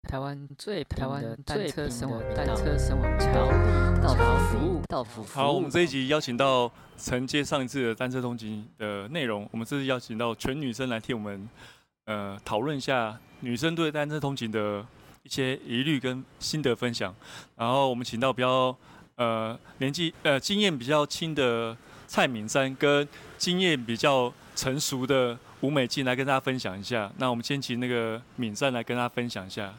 台湾最平的单车生活桥到服务。 好，我们这一集邀请到承接上一次的单车通勤的内容，我们这次邀请到全女生来替我们讨论一下女生对单车通勤的一些疑虑跟心得分享。然后我们请到比较经验比较轻的蔡敏珊跟经验比较成熟的吴美静来跟大家分享一下。那我们先请那个敏珊来跟大家分享一下。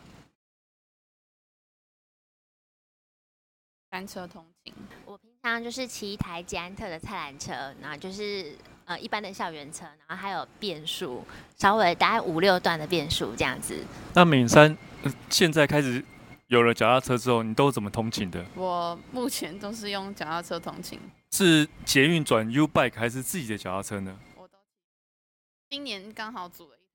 单车通勤， 我平常就是骑一台捷安特的菜篮车，然后就是一般的校园车，然后还有变速，稍微大概5-6段的变速这样子。 那敏珊现在开始有了脚踏车之后，你都怎么通勤的？ 我目前都是用脚踏车通勤。 是捷运转 U Bike 还是自己的脚踏车呢？ 我都今年刚好组了一台，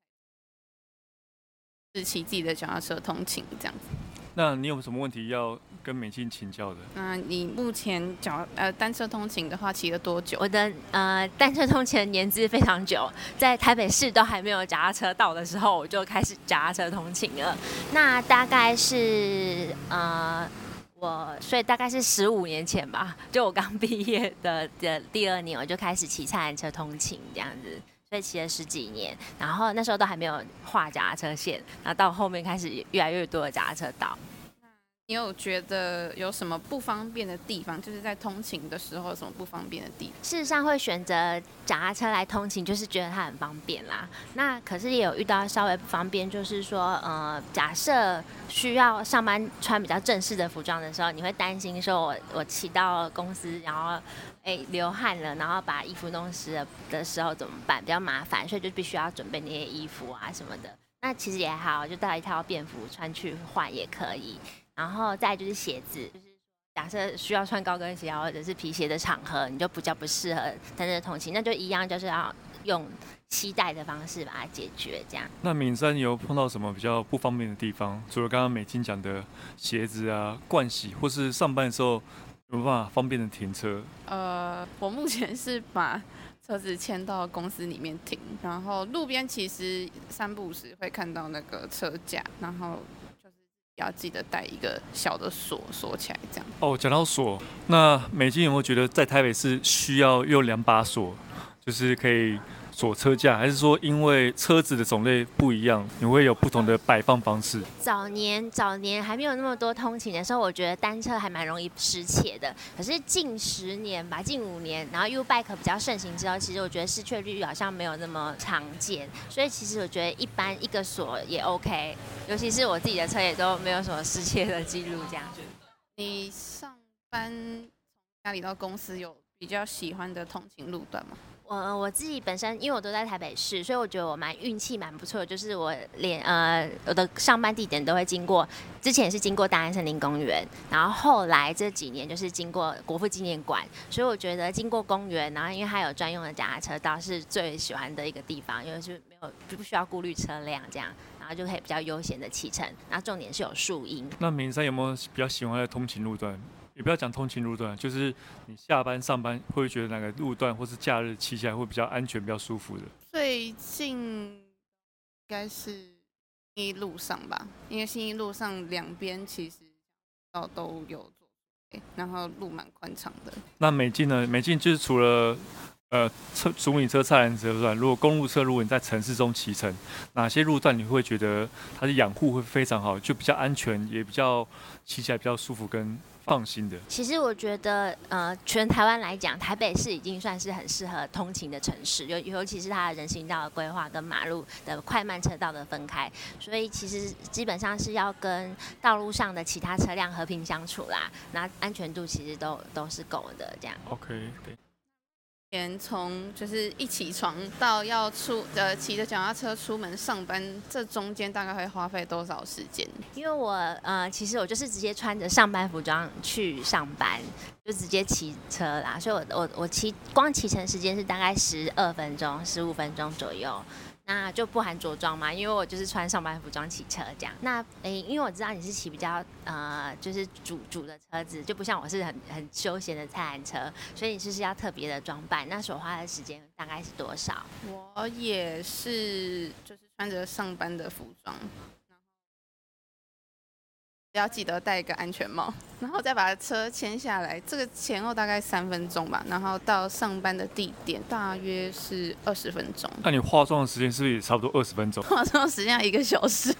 是骑自己的脚踏车通勤这样子。 那你有什么问题要跟美静请教的？ 那你目前单车通勤的话，骑了多久？ 我的单车通勤的年资非常久，在台北市都还没有脚踏车到的时候，我就开始脚踏车通勤了。那大概是所以大概是15年前吧，就我刚毕业的第2年，我就开始骑菜篮车通勤这样子。所以骑了10几年，然后那时候都还没有画脚踏车线，然后到后面开始越来越多的脚踏车道。 你有觉得有什么不方便的地方？就是在通勤的时候有什么不方便的地方？ 事实上会选择脚踏车来通勤，就是觉得它很方便啦。那可是也有遇到稍微不方便，就是说假设需要上班穿比较正式的服装的时候，你会担心说我骑到公司，然后流汗了，然后把衣服弄湿了的时候怎么办？比较麻烦，所以就必须要准备那些衣服啊什么的。那其实也好，就带一套便服穿去换也可以。然后再来就是鞋子，就是假设需要穿高跟鞋或者是皮鞋的场合，你就比较不适合单车通勤，那就一样就是要用携带的方式把它解决这样。 那敏珊有碰到什么比较不方便的地方？除了刚刚美金讲的鞋子啊、盥洗，或是上班的时候有没有办法方便的停车？ 我目前是把车子牵到公司里面停，然后路边其实3不5时会看到那个车架，然后要记得带一个小的锁起来，这样。 哦，讲到锁，那美金有没有觉得在台北市需要用2把锁，就是可以锁车架，还是说因为车子的种类不一样，你会有不同的摆放方式？ 早年还没有那么多通勤的时候，我觉得单车还蛮容易失窃的。可是近10年吧，近5年，然后 U Bike 比较盛行之后，其实我觉得失窃率好像没有那么常见。所以其实我觉得一般一个锁也 OK， 尤其是我自己的车也都没有什么失窃的记录这样。 你上班从家里到公司有比较喜欢的通勤路段吗？ 我自己本身因为我都在台北市，所以我觉得我运气蛮不错的，就是我我的上班地点都会经过，之前是经过大安森林公园，然后后来这几年就是经过国父纪念馆，所以我觉得经过公园，然后因为它有专用的脚踏车道，是最喜欢的一个地方，因为是不需要顾虑车辆这样，然后就可以比较悠闲的骑乘，然后重点是有树荫。 那敏珊有没有比较喜欢的通勤路段？也不要讲通勤路段，就是你下班上班会觉得哪个路段或是假日骑起来会比较安全、比较舒服的？ 最近应该是信义路上吧，因为信义路上两边其实都有做，然后路蛮宽敞的。 那美静呢？美静就是除了主你车、菜篮车路段，如果公路车，如果你在城市中骑乘，哪些路段你会觉得它的养护会非常好，就比较安全，也比较骑起来比较舒服跟放心的？ 其实我觉得，全台湾来讲，台北市已经算是很适合通勤的城市，尤其是它的人行道的规划跟马路的快慢车道的分开，所以其实基本上是要跟道路上的其他车辆和平相处啦，那安全度其实都是够的这样。 OK， 对。 从就是一起床到要骑着脚踏车出门上班，这中间大概会花费多少时间？ 因为其实我就是直接穿着上班服装去上班，就直接骑车啦，所以我光骑乘时间是大概12分钟、15分钟左右。那就不含着装嘛，因为我就是穿上班服装骑车这样。那因为我知道你是骑比较就是主的车子，就不像我是很休闲的菜篮车，所以你就是要特别的装扮。那所花的时间大概是多少？ 我也是，就是穿着上班的服装， 要记得戴一个安全帽，然后再把车牵下来，这个前后大概3分钟吧，然后到上班的地点大约是20分钟。 那你化妆的时间是不是也差不多20分钟？ 化妆时间要1个小时。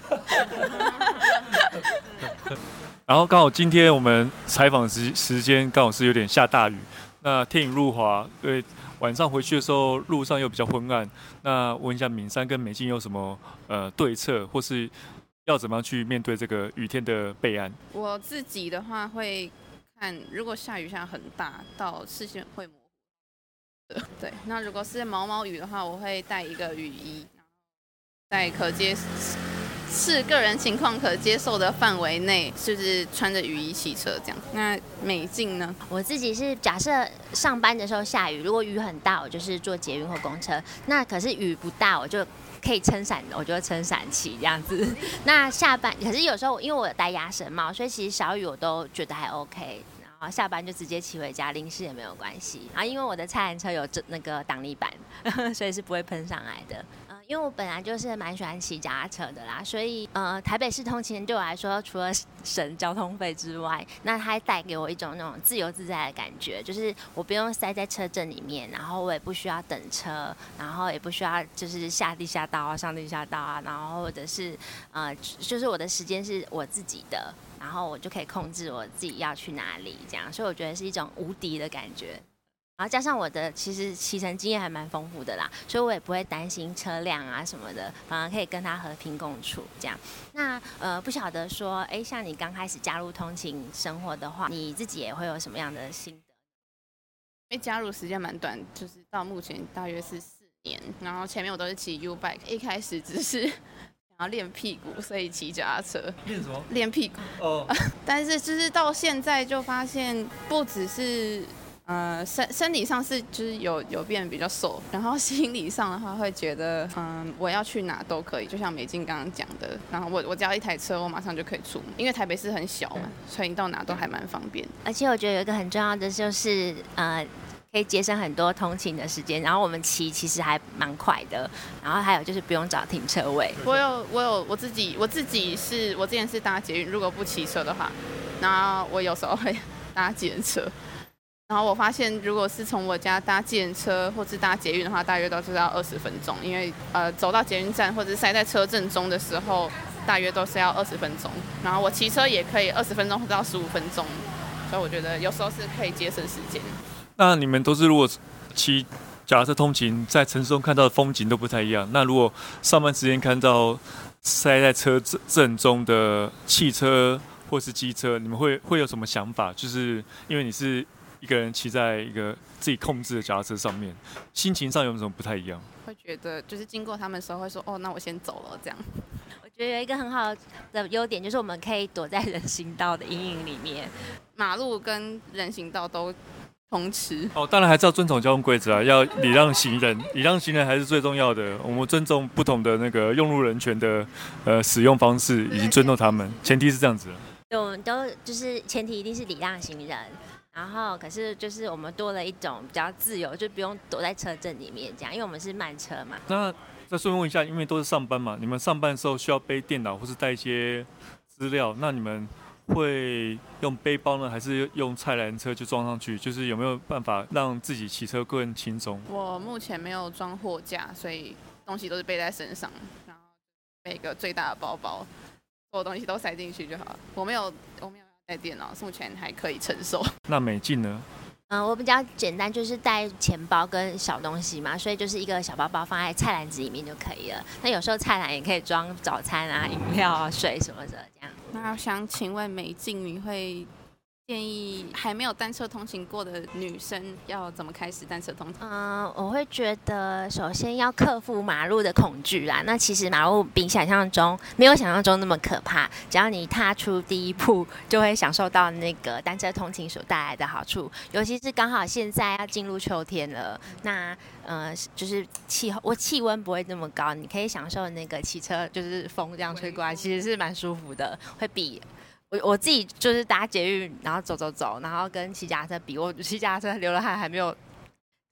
然后刚好今天我们采访时间刚好是有点下大雨，那天雨路滑，对，晚上回去的时候路上又比较昏暗。那问一下敏珊跟美静有什么对策，或是要怎么样去面对这个雨天的备案？ 我自己的话会看，如果下雨下很大，到视线会模糊的。对，那如果是毛毛雨的话，我会带一个雨衣，在是个人情况可接受的范围内，就是穿着雨衣骑车这样。那美静呢？ 我自己是假设上班的时候下雨，如果雨很大，我就是坐捷运或公车。那可是雨不大，我就可以撑伞，我就撑伞骑这样子。那下班，可是有时候因为我有戴鸭舌帽，所以其实小雨我都觉得还 OK。然后下班就直接骑回家，淋湿也没有关系。然后因为我的菜篮车有那个挡泥板，所以是不会喷上来的。因为我本来就是蛮喜欢骑脚踏车的啦，所以台北市通勤对我来说，除了省交通费之外，那它带给我一种那种自由自在的感觉，就是我不用塞在车阵里面，然后我也不需要等车，然后也不需要就是下地下道啊、上地下道啊，然后或者是就是我的时间是我自己的，然后我就可以控制我自己要去哪里，这样，所以我觉得是一种无敌的感觉。然后加上我的其实骑乘经验还蛮丰富的啦，所以我也不会担心车辆啊什么的，反而可以跟它和平共处这样。那不晓得说，像你刚开始加入通勤生活的话，你自己也会有什么样的心得？ 因为加入时间蛮短，就是到目前大约是4年，然后前面我都是骑 U bike， 一开始只是想要练屁股，所以骑脚踏车。 练什么？ 练屁股。哦。但是就是到现在就发现，不只是生理上是就是有变比较瘦，然后心理上的话会觉得我要去哪都可以，就像美静刚刚讲的，然后我只要一台车，我马上就可以出门，因为台北市很小嘛，所以你到哪都还蛮方便。 而且我觉得有一个很重要的就是可以节省很多通勤的时间，然后我们骑其实还蛮快的，然后还有就是不用找停车位。 我自己是我之前是搭捷运，如果不骑车的话，然后我有时候会搭计程车。然后我发现，如果是从我家搭计程车或是搭捷运的话，大约都是要20分钟，因为走到捷运站或者塞在车阵中的时候，大约都是要20分钟。然后我骑车也可以20分钟或者到15分钟，所以我觉得有时候是可以节省时间。 那你们都是如果骑脚踏车通勤，在城市中看到的风景都不太一样。那如果上班时间看到塞在车阵中的汽车或是机车，你们会有什么想法？就是因为你是一个人骑在一个自己控制的脚踏车上面，心情上有什么不太一样？ 会觉得就是经过他们的时候会说，那我先走了这样。 我觉得有一个很好的优点就是我们可以躲在人行道的阴影里面， 马路跟人行道都通吃。 当然还是要遵从交通规则啊，要礼让行人，礼让行人还是最重要的。我们尊重不同的那个用路人权的使用方式，以及尊重他们，前提是这样子。 对，我们都就是前提一定是礼让行人。然后，可是就是我们多了一种比较自由，就不用躲在车阵里面这样，因为我们是慢车嘛。 那再顺便问一下，因为都是上班嘛，你们上班的时候需要背电脑或是带一些资料，那你们会用背包呢，还是用菜篮车就装上去？就是有没有办法让自己骑车更轻松？ 我目前没有装货架，所以东西都是背在身上，然后背一个最大的包包，所有东西都塞进去就好了。我没有带电脑，目前还可以承受。那美静呢？ 我比较简单，就是带钱包跟小东西嘛，所以就是一个小包包放在菜篮子里面就可以了。那有时候菜篮也可以装早餐啊、饮料啊、水什么的这样。 那想请问美静，你会建议还没有单车通勤过的女生要怎么开始单车通勤？ 我会觉得首先要克服马路的恐惧啦。那其实马路比没有想象中那么可怕，只要你踏出第一步，就会享受到那个单车通勤所带来的好处。尤其是刚好现在要进入秋天了，那就是气温不会那么高，你可以享受那个骑车就是风这样吹过来，其实是蛮舒服的，会比我自己就是搭捷运，然后走，然后跟骑脚踏车比，我骑脚踏车流了汗还没有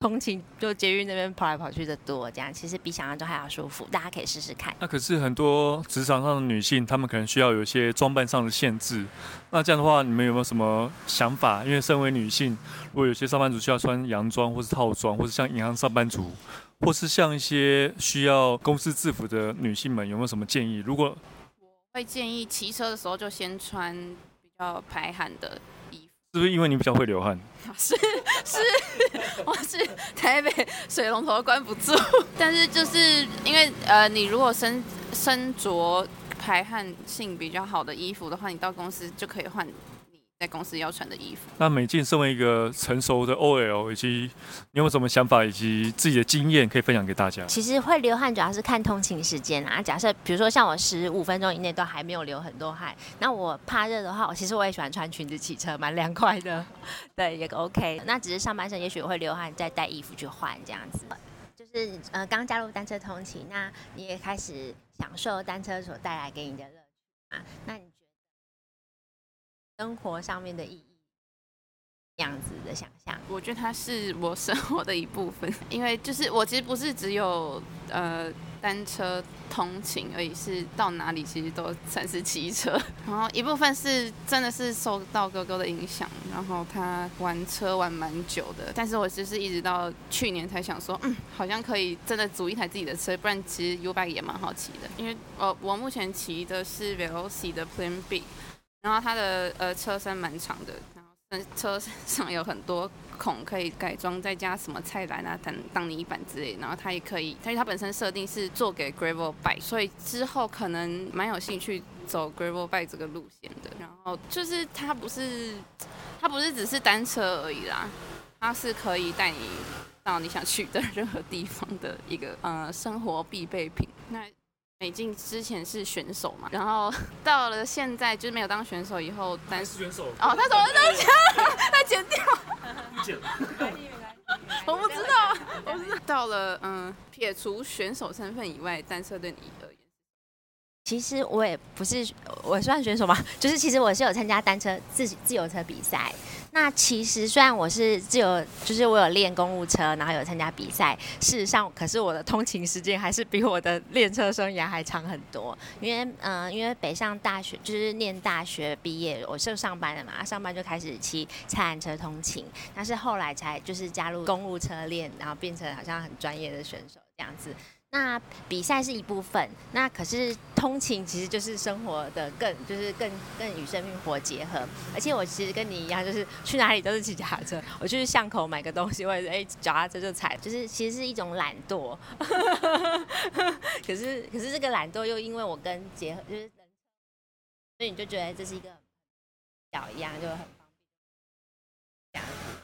通勤就捷运那边跑来跑去的多，这样其实比想象中还要舒服，大家可以试试看。 那可是很多职场上的女性，她们可能需要有一些装扮上的限制。那这样的话，你们有没有什么想法？因为身为女性，如果有些上班族需要穿洋装或是套装，或是像银行上班族，或是像一些需要公司制服的女性们，有没有什么建议？如果会建议骑车的时候就先穿比较排汗的衣服。 是不是因为你比较会流汗？ 是，我是台北水龙头关不住，但是就是因为你如果身着排汗性比较好的衣服的话，你到公司就可以换你在公司要穿的衣服。 那美静身为一个成熟的 OL， 以及你有没有什么想法以及自己的经验可以分享给大家？ 其实会流汗主要是看通勤时间啊。假设比如说像我15分钟以内都还没有流很多汗，那我怕热的话，其实我也喜欢穿裙子骑车，蛮凉快的，对，也 OK。那只是上半身也许我会流汗，再带衣服去换这样子。就是刚加入单车通勤，那你也开始享受单车所带来给你的乐趣啊。那你觉得生活上面的意义？样子的想象， 我觉得它是我生活的一部分，因为就是我其实不是只有单车通勤而已，是到哪里其实都算是骑车。然后一部分是真的是受到哥哥的影响，然后他玩车玩蛮久的，但是我就是一直到去年才想说，好像可以真的组一台自己的车，不然其实 U-Bike 也蛮好骑的。因为我目前骑的是 Veloci 的 Plan B， 然后它的车身蛮长的。车上有很多孔可以改装，再加什么菜篮啊、挡泥板之类的。然后它也可以，因为它本身设定是做给 gravel bike， 所以之后可能蛮有兴趣走 gravel bike 这个路线的。然后就是它不是只是单车而已啦，它是可以带你到你想去的任何地方的一个生活必备品。那美静之前是选手嘛，然后到了现在就是没有当选手以后， 还是选手哦，他怎么这样讲？他剪掉， 不剪， 我不知道，我不知道。到了撇除选手身份以外，单车对你而言， 其实我也不是，我算选手嘛，就是其实我是有参加单车自由车比赛。那其实虽然我是就是我有练公路车，然后有参加比赛，事实上，可是我的通勤时间还是比我的练车生涯还长很多。因为北上大学就是念大学毕业，我是上班了嘛，上班就开始骑菜篮车通勤，但是后来才就是加入公路车练，然后变成好像很专业的选手这样子。那比赛是一部分，那可是通勤其实就是生活的更与生命活结合。而且我其实跟你一样，就是去哪里都是骑脚踏车。我去巷口买个东西，或者脚踏车就踩，就是其实是一种懒惰。可是这个懒惰又因为我跟结合，就是所以你就觉得这是一个脚一样就很方便这样子。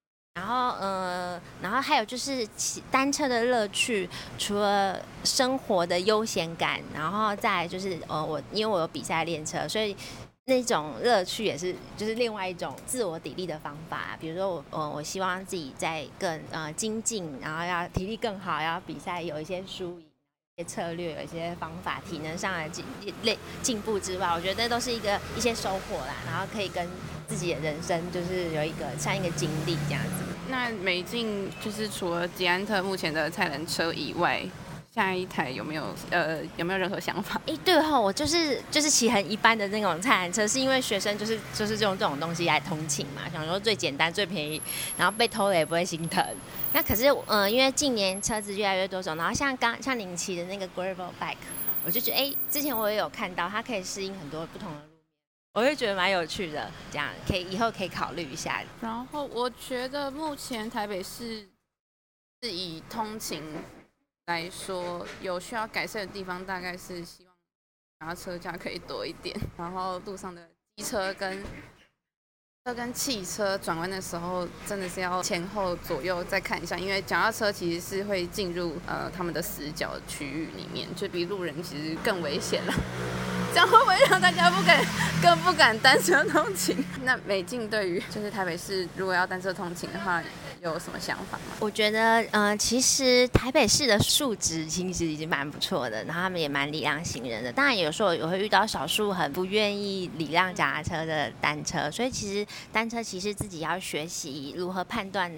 然后还有就是骑单车的乐趣，除了生活的悠闲感，然后再来就是因为我有比赛练车，所以那种乐趣也是就是另外一种自我砥砺的方法。比如说我希望自己在更精进，然后要体力更好，要比赛有一些输赢。策略有一些方法，体能上的进步之外，我觉得都是一些收获啦，然后可以跟自己的人生就是有像一个经历这样子。 那美静就是除了捷安特目前的菜篮车以外，下一台有没有任何想法？ 对哈，我就是骑很一般的那种菜篮车，是因为学生就是用这种东西来通勤嘛，想说最简单最便宜，然后被偷了也不会心疼。那可是因为近年车子越来越多种，然后像您骑的那个 gravel bike， 我就觉得之前我也有看到它可以适应很多不同的路面，我会觉得蛮有趣的，这样以后可以考虑一下。 然后我觉得目前台北市是以通勤来说，有需要改善的地方，大概是希望车价可以多一点，然后路上的机车跟汽车转弯的时候，真的是要前后左右再看一下，因为脚踏车其实是会进入他们的死角区域里面，就比路人其实更危险了。这样会不会让大家更不敢单车通勤？那美静对于就是台北市如果要单车通勤的话，有什么想法吗？ 我觉得其实台北市的素质其实已经蛮不错的，然后他们也蛮礼让行人的。当然有时候也会遇到少数很不愿意礼让脚踏车的单车，所以其实单车骑士自己要学习如何判断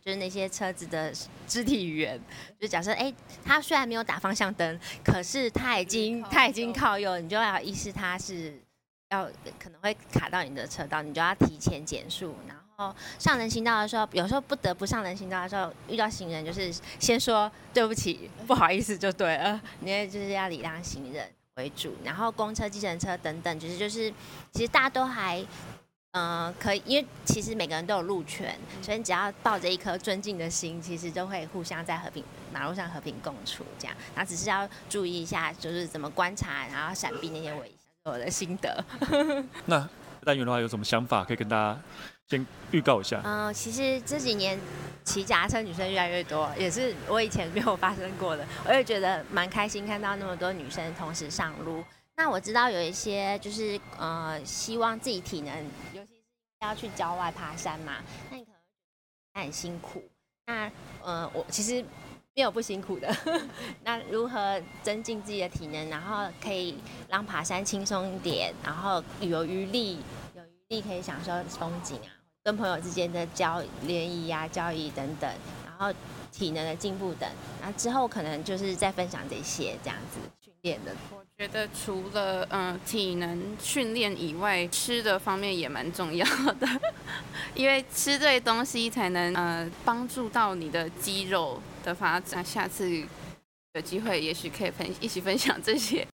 就是那些车子的肢体语言，就假设他虽然没有打方向灯，可是他已经靠右，你就要意识他是可能会卡到你的车道，你就要提前减速。然后上人行道的时候，有时候不得不上人行道的时候，遇到行人就是先说对不起、不好意思就对了，因为就是要礼让行人为主。然后公车、计程车等等，就是其实大家都还可以，因为其实每个人都有路权，所以你只要抱着一颗尊敬的心，其实都会互相在马路上和平共处这样。然后只是要注意一下，就是怎么观察，然后闪避那些危险，是我的心得。 那单元的话有什么想法可以跟大家先预告一下？ 其实这几年骑脚踏车女生越来越多，也是我以前没有发生过的，我也觉得蛮开心，看到那么多女生同时上路。那我知道有一些就是希望自己体能，尤其是要去郊外爬山嘛，那你可能会很辛苦。那我其实没有不辛苦的。那如何增进自己的体能，然后可以让爬山轻松一点，然后有余力可以享受风景啊，跟朋友之间的联谊啊、交易等等，然后体能的进步等，然后之后可能就是再分享这些这样子训练的。 我觉得除了体能训练以外，吃的方面也蛮重要的，因为吃对东西才能帮助到你的肌肉的发展。下次有机会也许可以一起分享这些。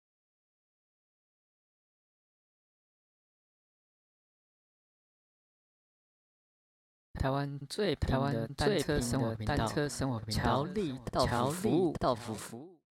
台湾最平的单车生活频道，乔力到府服务。